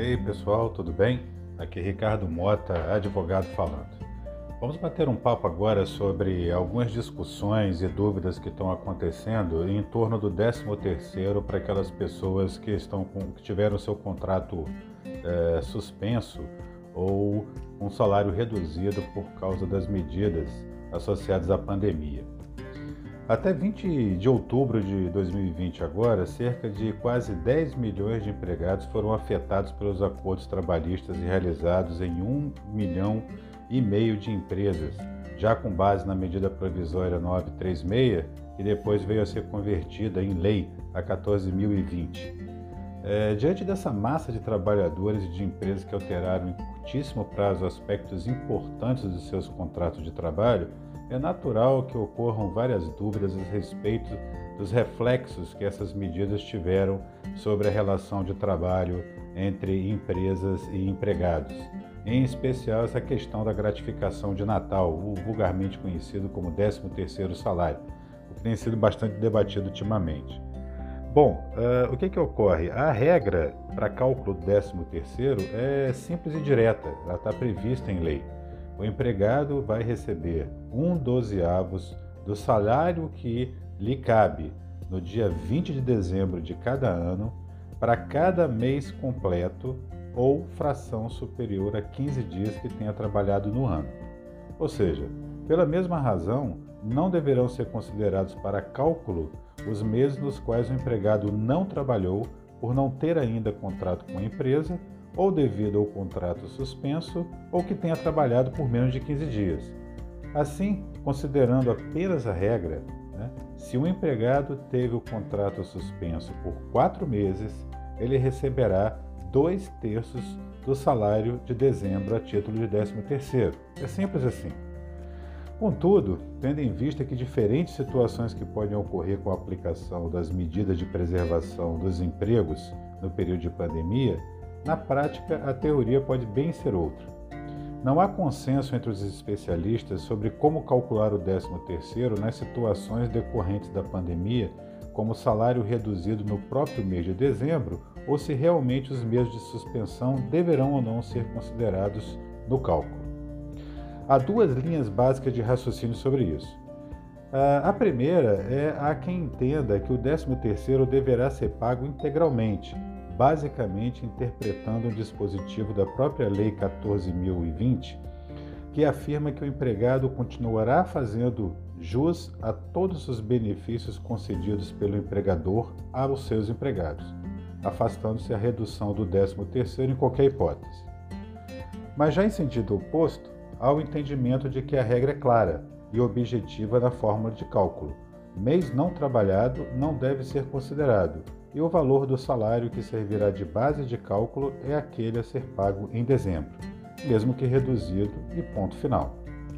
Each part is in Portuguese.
E aí pessoal, tudo bem? Aqui é Ricardo Mota, advogado falando. Vamos bater um papo agora sobre algumas discussões e dúvidas que estão acontecendo em torno do 13º para aquelas pessoas que tiveram seu contrato suspenso ou um salário reduzido por causa das medidas associadas à pandemia. Até 20 de outubro de 2020 agora, cerca de quase 10 milhões de empregados foram afetados pelos acordos trabalhistas realizados em 1,5 milhão de empresas, já com base na medida provisória 936, que depois veio a ser convertida em lei a 14.020. Diante dessa massa de trabalhadores e de empresas que alteraram em curtíssimo prazo aspectos importantes dos seus contratos de trabalho, é natural que ocorram várias dúvidas a respeito dos reflexos que essas medidas tiveram sobre a relação de trabalho entre empresas e empregados. Em especial essa questão da gratificação de Natal, o vulgarmente conhecido como 13º salário, o que tem sido bastante debatido ultimamente. Bom, o que ocorre? A regra para cálculo do 13º é simples e direta, ela está prevista em lei. O empregado vai receber 1/12 do salário que lhe cabe no dia 20 de dezembro de cada ano para cada mês completo ou fração superior a 15 dias que tenha trabalhado no ano. Ou seja, pela mesma razão, não deverão ser considerados para cálculo os meses nos quais o empregado não trabalhou por não ter ainda contrato com a empresa ou devido ao contrato suspenso, ou que tenha trabalhado por menos de 15 dias. Assim, considerando apenas a regra, se um empregado teve o contrato suspenso por 4 meses, ele receberá 2/3 do salário de dezembro a título de 13º. É simples assim. Contudo, tendo em vista que diferentes situações que podem ocorrer com a aplicação das medidas de preservação dos empregos no período de pandemia, na prática, a teoria pode bem ser outra. Não há consenso entre os especialistas sobre como calcular o 13º nas situações decorrentes da pandemia, como salário reduzido no próprio mês de dezembro, ou se realmente os meses de suspensão deverão ou não ser considerados no cálculo. Há duas linhas básicas de raciocínio sobre isso. A primeira é a quem entenda que o 13º deverá ser pago integralmente, basicamente interpretando um dispositivo da própria Lei 14.020, que afirma que o empregado continuará fazendo jus a todos os benefícios concedidos pelo empregador aos seus empregados, afastando-se a redução do 13º em qualquer hipótese. Mas já em sentido oposto, há o entendimento de que a regra é clara e objetiva na fórmula de cálculo. Mês não trabalhado não deve ser considerado, e o valor do salário que servirá de base de cálculo é aquele a ser pago em dezembro, mesmo que reduzido, e ponto final.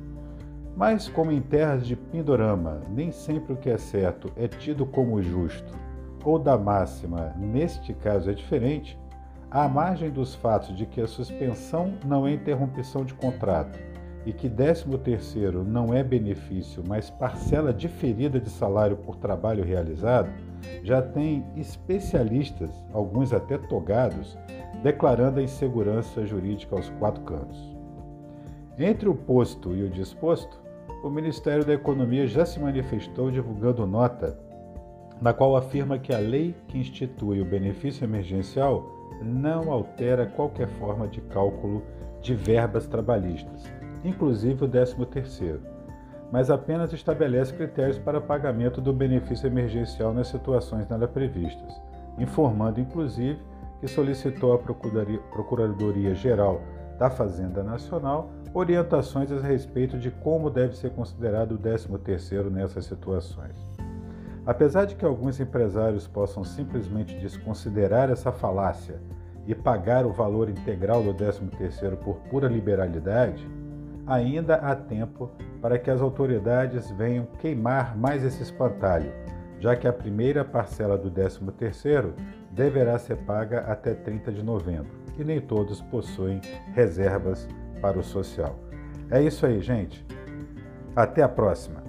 Mas, como em terras de Pindorama, nem sempre o que é certo é tido como justo, ou da máxima, neste caso é diferente, à margem dos fatos de que a suspensão não é interrupção de contrato e que 13º não é benefício, mas parcela diferida de salário por trabalho realizado, já tem especialistas, alguns até togados, declarando a insegurança jurídica aos 4 cantos. Entre o posto e o disposto, o Ministério da Economia já se manifestou divulgando nota na qual afirma que a lei que institui o benefício emergencial não altera qualquer forma de cálculo de verbas trabalhistas, inclusive o 13º, mas apenas estabelece critérios para pagamento do benefício emergencial nas situações nela previstas, informando inclusive que solicitou à Procuradoria-Geral da Fazenda Nacional orientações a respeito de como deve ser considerado o 13º nessas situações. Apesar de que alguns empresários possam simplesmente desconsiderar essa falácia e pagar o valor integral do 13º por pura liberalidade, ainda há tempo para que as autoridades venham queimar mais esse espantalho, já que a primeira parcela do 13º deverá ser paga até 30 de novembro, e nem todos possuem reservas para o social. É isso aí, gente. Até a próxima!